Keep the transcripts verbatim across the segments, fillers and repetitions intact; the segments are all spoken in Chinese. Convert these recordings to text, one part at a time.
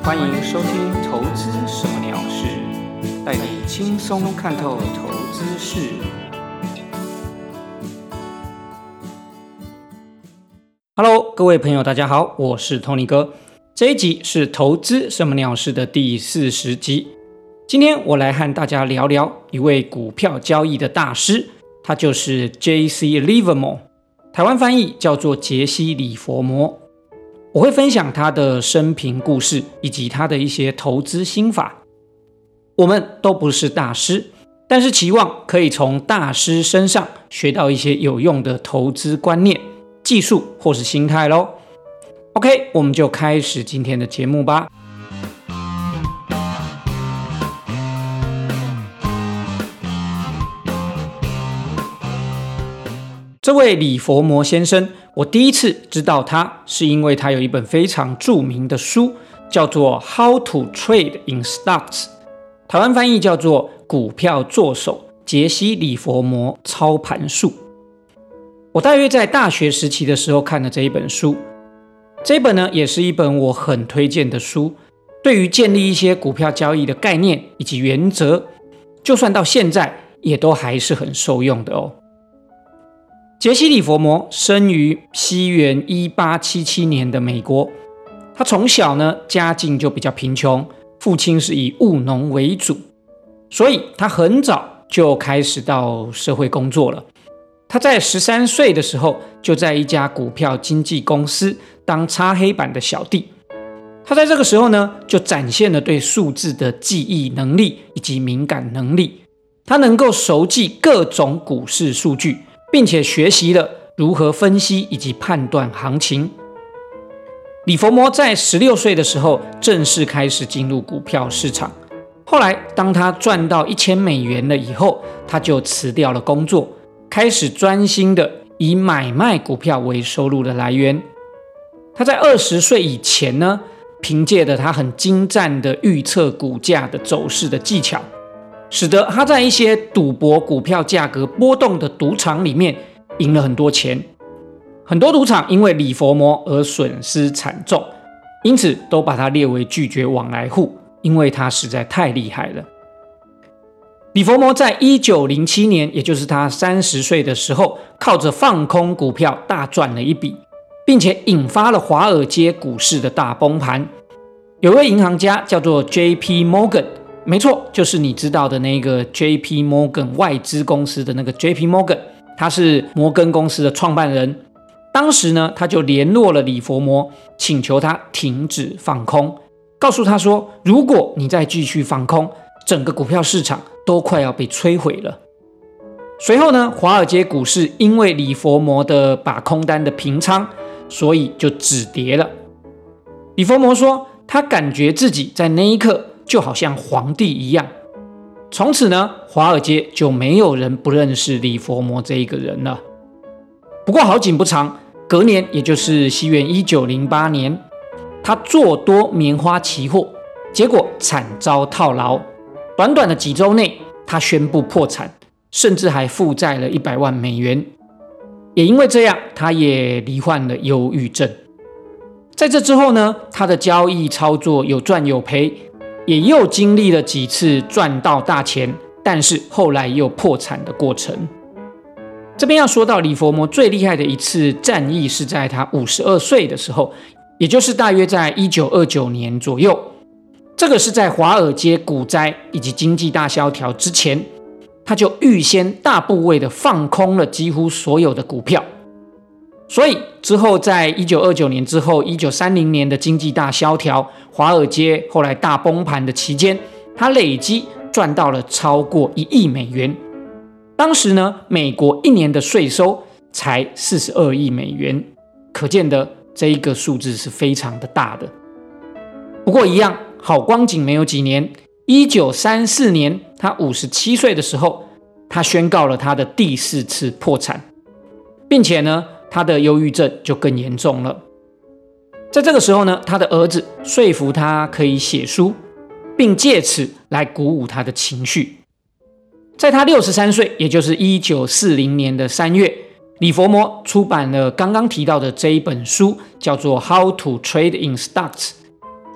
欢迎收听《投资什么鸟事》，带你轻松看透投资事。Hello， 各位朋友，大家好，我是 Tony 哥。这一集是《投资什么鸟事》的第四十集。今天我来和大家聊聊一位股票交易的大师，他就是 J C Livermore， 台湾翻译叫做杰西·里佛摩。我会分享他的生平故事以及他的一些投资心法。我们都不是大师，但是期望可以从大师身上学到一些有用的投资观念、技术或是心态咯。 OK， 我们就开始今天的节目吧。这位里佛摩先生，我第一次知道他是因为他有一本非常著名的书，叫做 How to Trade in Stocks， 台湾翻译叫做股票作手杰西·里佛摩操盘术。我大约在大学时期的时候看了这一本书，这一本呢也是一本我很推荐的书，对于建立一些股票交易的概念以及原则，就算到现在也都还是很受用的哦。杰西·里佛摩生于西元一八七七年的美国，他从小呢家境就比较贫穷，父亲是以务农为主，所以他很早就开始到社会工作了。他在十三岁的时候就在一家股票经纪公司当擦黑板的小弟。他在这个时候呢就展现了对数字的记忆能力以及敏感能力，他能够熟记各种股市数据，并且学习了如何分析以及判断行情。里佛摩在十六岁的时候正式开始进入股票市场，后来当他赚到一千美元了以后，他就辞掉了工作，开始专心的以买卖股票为收入的来源。他在二十岁以前呢，凭借着他很精湛的预测股价的走势的技巧，使得他在一些赌博股票价格波动的赌场里面赢了很多钱。很多赌场因为里佛摩而损失惨重，因此都把他列为拒绝往来户，因为他实在太厉害了。里佛摩在一九零七年，也就是他三十岁的时候，靠着放空股票大赚了一笔，并且引发了华尔街股市的大崩盘。有位银行家叫做 J P Morgan，没错，就是你知道的那个 J P Morgan 外资公司的那个 J P Morgan， 他是摩根公司的创办人。当时呢，他就联络了里佛摩，请求他停止放空，告诉他说，如果你再继续放空，整个股票市场都快要被摧毁了。随后呢，华尔街股市因为里佛摩的把空单的平仓，所以就止跌了。里佛摩说，他感觉自己在那一刻就好像皇帝一样。从此呢，华尔街就没有人不认识里佛摩这一个人了。不过好景不长，隔年也就是西元一九零八年，他做多棉花期货，结果惨遭套牢。短短的几周内，他宣布破产，甚至还负债了一百万美元。也因为这样，他也罹患了忧郁症。在这之后呢，他的交易操作有赚有赔，也又经历了几次赚到大钱，但是后来又破产的过程。这边要说到里佛摩最厉害的一次战役是在他五十二岁的时候，也就是大约在一九二九年左右。这个是在华尔街股灾以及经济大萧条之前，他就预先大部位的放空了几乎所有的股票。所以之后在一九二九年之后一九三零年的经济大萧条，华尔街后来大崩盘的期间，他累积赚到了超过一亿美元。当时呢，美国一年的税收才四十二亿美元，可见的这一个数字是非常的大的。不过一样，好光景没有几年，一九三四年他五十七岁的时候，他宣告了他的第四次破产，并且呢，他的忧郁症就更严重了。在这个时候呢，他的儿子说服他可以写书，并借此来鼓舞他的情绪。在他六十三岁，也就是一九四零年的三月，里佛摩出版了刚刚提到的这一本书，叫做《How to Trade in Stocks》。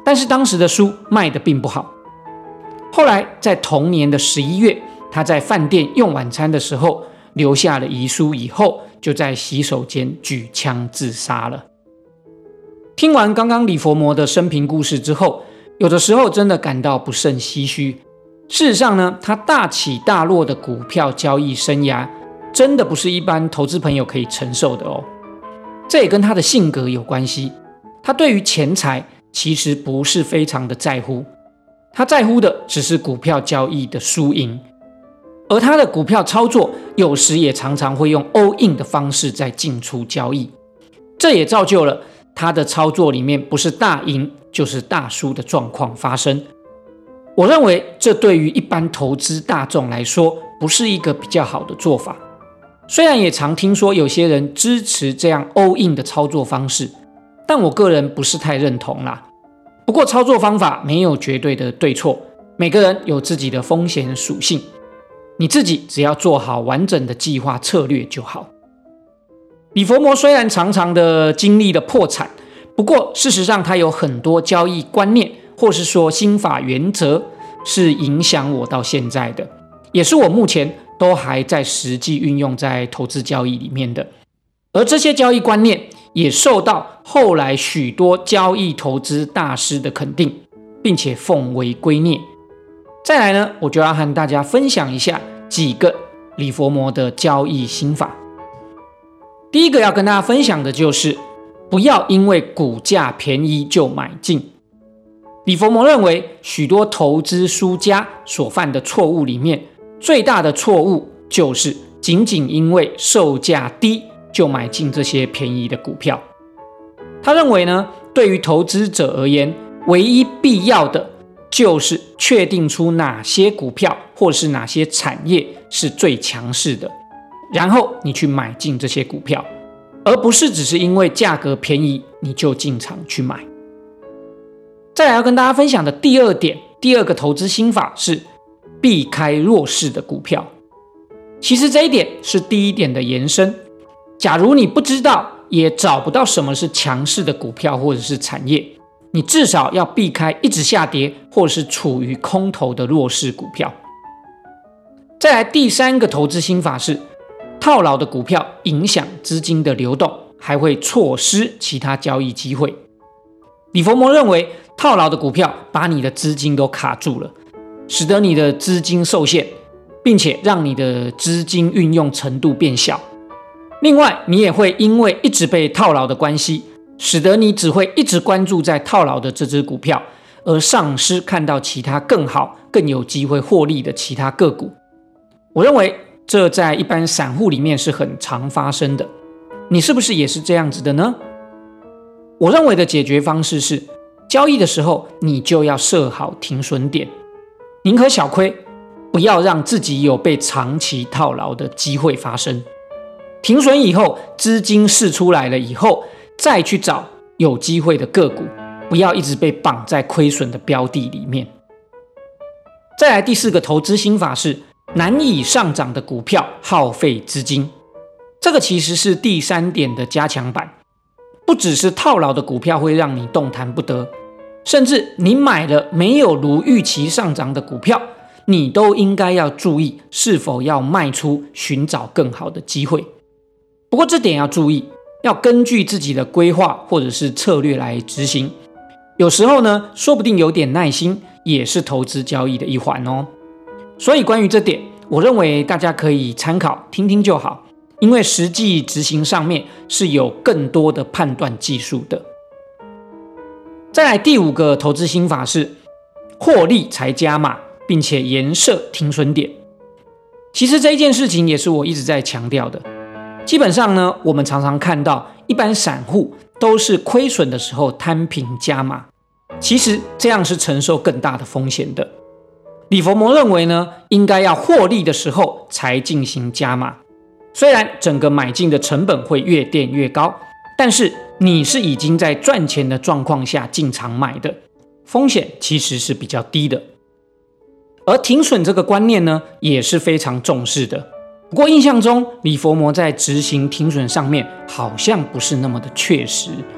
但是当时的书卖得并不好。后来在同年的十一月，他在饭店用晚餐的时候留下了遗书，以后就在洗手间举枪自杀了。听完刚刚李佛摩的生平故事之后，有的时候真的感到不胜唏嘘。事实上呢，他大起大落的股票交易生涯真的不是一般投资朋友可以承受的哦。这也跟他的性格有关系，他对于钱财其实不是非常的在乎，他在乎的只是股票交易的输赢，而他的股票操作有时也常常会用 all in 的方式在进出交易，这也造就了他的操作里面不是大赢就是大输的状况发生。我认为这对于一般投资大众来说不是一个比较好的做法，虽然也常听说有些人支持这样 all in 的操作方式，但我个人不是太认同啦。不过操作方法没有绝对的对错，每个人有自己的风险属性，你自己只要做好完整的计划策略就好。李佛摩虽然常常的经历了破产，不过事实上他有很多交易观念或是说心法原则是影响我到现在的，也是我目前都还在实际运用在投资交易里面的。而这些交易观念也受到后来许多交易投资大师的肯定，并且奉为圭臬。再来呢，我就要和大家分享一下几个李佛摩的交易心法。第一个要跟大家分享的就是不要因为股价便宜就买进。李佛摩认为许多投资输家所犯的错误里面，最大的错误就是仅仅因为售价低就买进这些便宜的股票。他认为呢，对于投资者而言，唯一必要的就是确定出哪些股票或是哪些产业是最强势的，然后你去买进这些股票，而不是只是因为价格便宜你就进场去买。再来要跟大家分享的第二点，第二个投资心法是避开弱势的股票。其实这一点是第一点的延伸。假如你不知道也找不到什么是强势的股票或者是产业，你至少要避开一直下跌或是处于空头的弱势股票。再来第三个投资心法是套牢的股票影响资金的流动，还会错失其他交易机会。李佛摩认为套牢的股票把你的资金都卡住了，使得你的资金受限，并且让你的资金运用程度变小。另外，你也会因为一直被套牢的关系，使得你只会一直关注在套牢的这只股票，而丧失看到其他更好、更有机会获利的其他个股。我认为这在一般散户里面是很常发生的，你是不是也是这样子的呢？我认为的解决方式是，交易的时候你就要设好停损点，宁可小亏，不要让自己有被长期套牢的机会发生。停损以后，资金释出来了以后，再去找有机会的个股，不要一直被绑在亏损的标的里面。再来第四个投资心法是难以上涨的股票耗费资金，这个其实是第三点的加强版。不只是套牢的股票会让你动弹不得，甚至你买了没有如预期上涨的股票，你都应该要注意是否要卖出，寻找更好的机会。不过这点要注意，要根据自己的规划或者是策略来执行。有时候呢，说不定有点耐心也是投资交易的一环哦。所以关于这点，我认为大家可以参考听听就好，因为实际执行上面是有更多的判断技术的。再来第五个投资心法是获利才加码，并且严设停损点。其实这一件事情也是我一直在强调的。基本上呢，我们常常看到一般散户都是亏损的时候摊平加码，其实这样是承受更大的风险的。李佛摩认为呢，应该要获利的时候才进行加码。虽然整个买进的成本会越垫越高，但是你是已经在赚钱的状况下进场买的，风险其实是比较低的。而停损这个观念呢，也是非常重视的。不过印象中，李佛摩在执行停损上面好像不是那么的确实。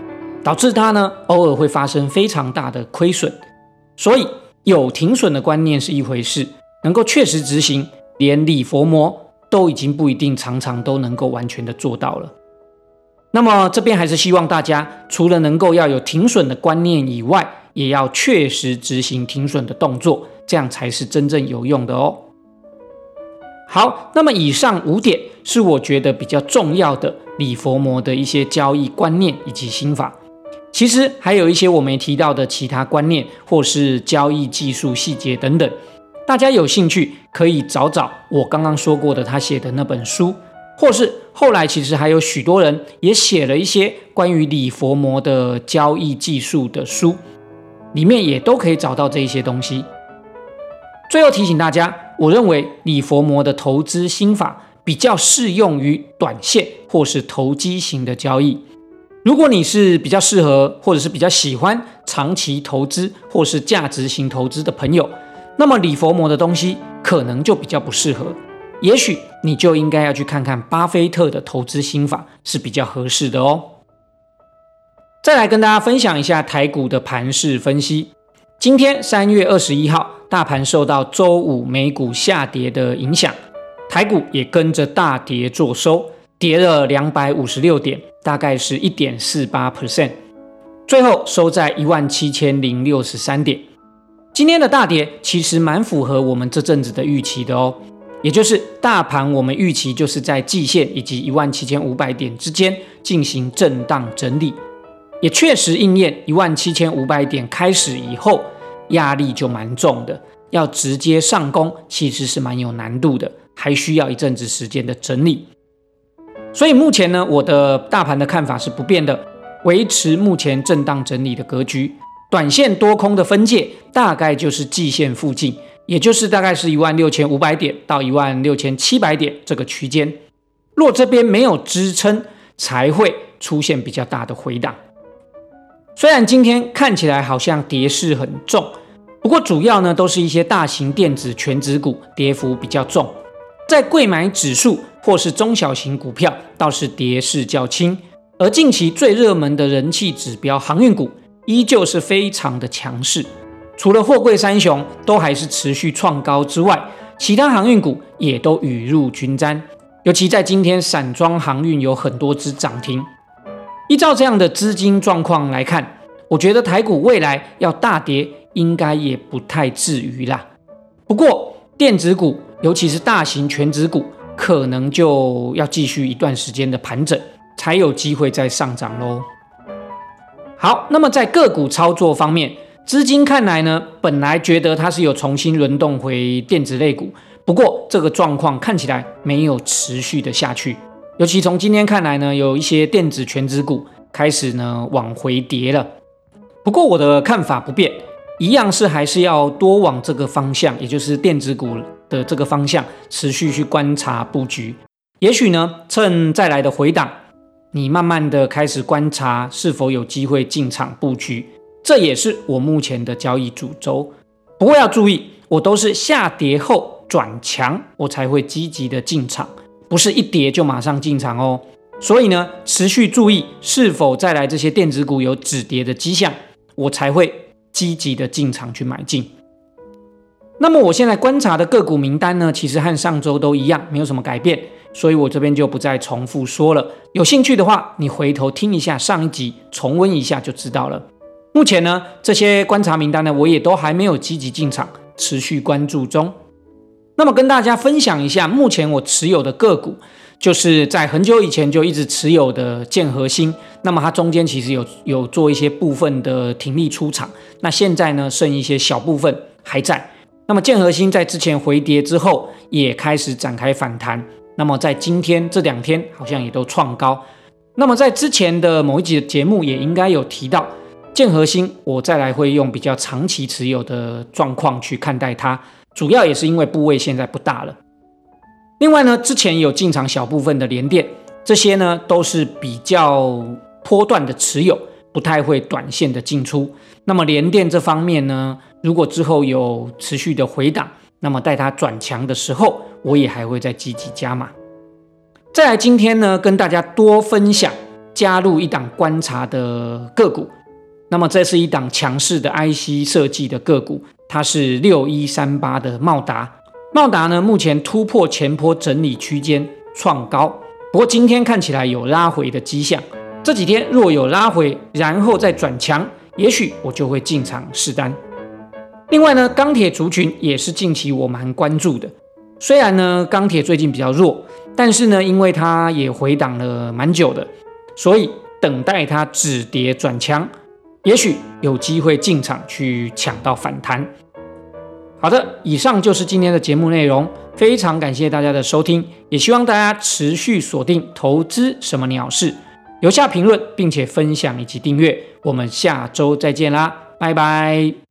导致它呢偶尔会发生非常大的亏损。所以有停损的观念是一回事，能够确实执行，连李佛摩都已经不一定常常都能够完全的做到了。那么这边还是希望大家除了能够要有停损的观念以外，也要确实执行停损的动作，这样才是真正有用的哦。好，那么以上五点是我觉得比较重要的李佛摩的一些交易观念以及心法。其实还有一些我没提到的其他观念，或是交易技术细节等等，大家有兴趣可以找找我刚刚说过的他写的那本书，或是后来其实还有许多人也写了一些关于李佛摩的交易技术的书，里面也都可以找到这一些东西。最后提醒大家，我认为李佛摩的投资心法比较适用于短线或是投机型的交易。如果你是比较适合或者是比较喜欢长期投资或是价值型投资的朋友，那么李佛摩的东西可能就比较不适合，也许你就应该要去看看巴菲特的投资心法是比较合适的哦。再来跟大家分享一下台股的盘势分析。今天三月二十一号，大盘受到周五美股下跌的影响，台股也跟着大跌作收，跌了两百五十六点，大概是 百分之一点四八， 最后收在一万七千零六十三点。今天的大跌其实蛮符合我们这阵子的预期的哦，也就是大盘我们预期就是在季线以及一万七千五百点之间进行震荡整理，也确实应验一万七千五百点开始以后压力就蛮重的，要直接上攻其实是蛮有难度的，还需要一阵子时间的整理。所以目前呢，我的大盘的看法是不变的，维持目前震荡整理的格局，短线多空的分界大概就是季线附近，也就是大概是一万六千五百点到一万六千七百点这个区间，若这边没有支撑，才会出现比较大的回档。虽然今天看起来好像跌势很重，不过主要呢都是一些大型电子权值股跌幅比较重，在贵买指数或是中小型股票倒是跌势较轻，而近期最热门的人气指标航运股依旧是非常的强势，除了货柜三雄都还是持续创高之外，其他航运股也都雨露均沾，尤其在今天散装航运有很多只涨停。依照这样的资金状况来看，我觉得台股未来要大跌应该也不太至于啦。不过电子股尤其是大型权值股可能就要继续一段时间的盘整，才有机会再上涨咯。好，那么在个股操作方面，资金看来呢，本来觉得它是有重新轮动回电子类股，不过这个状况看起来没有持续的下去，尤其从今天看来呢，有一些电子权值股开始呢往回跌了。不过我的看法不变，一样是还是要多往这个方向，也就是电子股的这个方向持续去观察布局。也许呢，趁再来的回档，你慢慢的开始观察是否有机会进场布局，这也是我目前的交易主轴。不过要注意，我都是下跌后转强，我才会积极的进场，不是一跌就马上进场哦。所以呢，持续注意是否再来这些电子股有止跌的迹象，我才会积极的进场去买进。那么我现在观察的个股名单呢，其实和上周都一样，没有什么改变，所以我这边就不再重复说了。有兴趣的话，你回头听一下上一集，重温一下就知道了。目前呢，这些观察名单呢，我也都还没有积极进场，持续关注中。那么跟大家分享一下，目前我持有的个股，就是在很久以前就一直持有的建和兴，那么它中间其实有有做一些部分的停利出场，那现在呢剩一些小部分还在。那么建和兴在之前回跌之后也开始展开反弹，那么在今天这两天好像也都创高。那么在之前的某一集的节目也应该有提到，建和兴我再来会用比较长期持有的状况去看待它，主要也是因为部位现在不大了。另外呢，之前有进场小部分的联电，这些呢都是比较波段的持有，不太会短线的进出。那么联电这方面呢，如果之后有持续的回档，那么待它转强的时候，我也还会再积极加码。再来今天呢，跟大家多分享加入一档观察的个股。那么这是一档强势的 I C 设计的个股，它是六一三八的茂达。茂达呢，目前突破前波整理区间创高，不过今天看起来有拉回的迹象。这几天若有拉回，然后再转强，也许我就会进场试单。另外呢，钢铁族群也是近期我蛮关注的。虽然呢钢铁最近比较弱，但是呢因为它也回档了蛮久的，所以等待它止跌转强，也许有机会进场去抢到反弹。好的，以上就是今天的节目内容，非常感谢大家的收听，也希望大家持续锁定投资什么鸟事，留下评论并且分享以及订阅，我们下周再见啦，拜拜。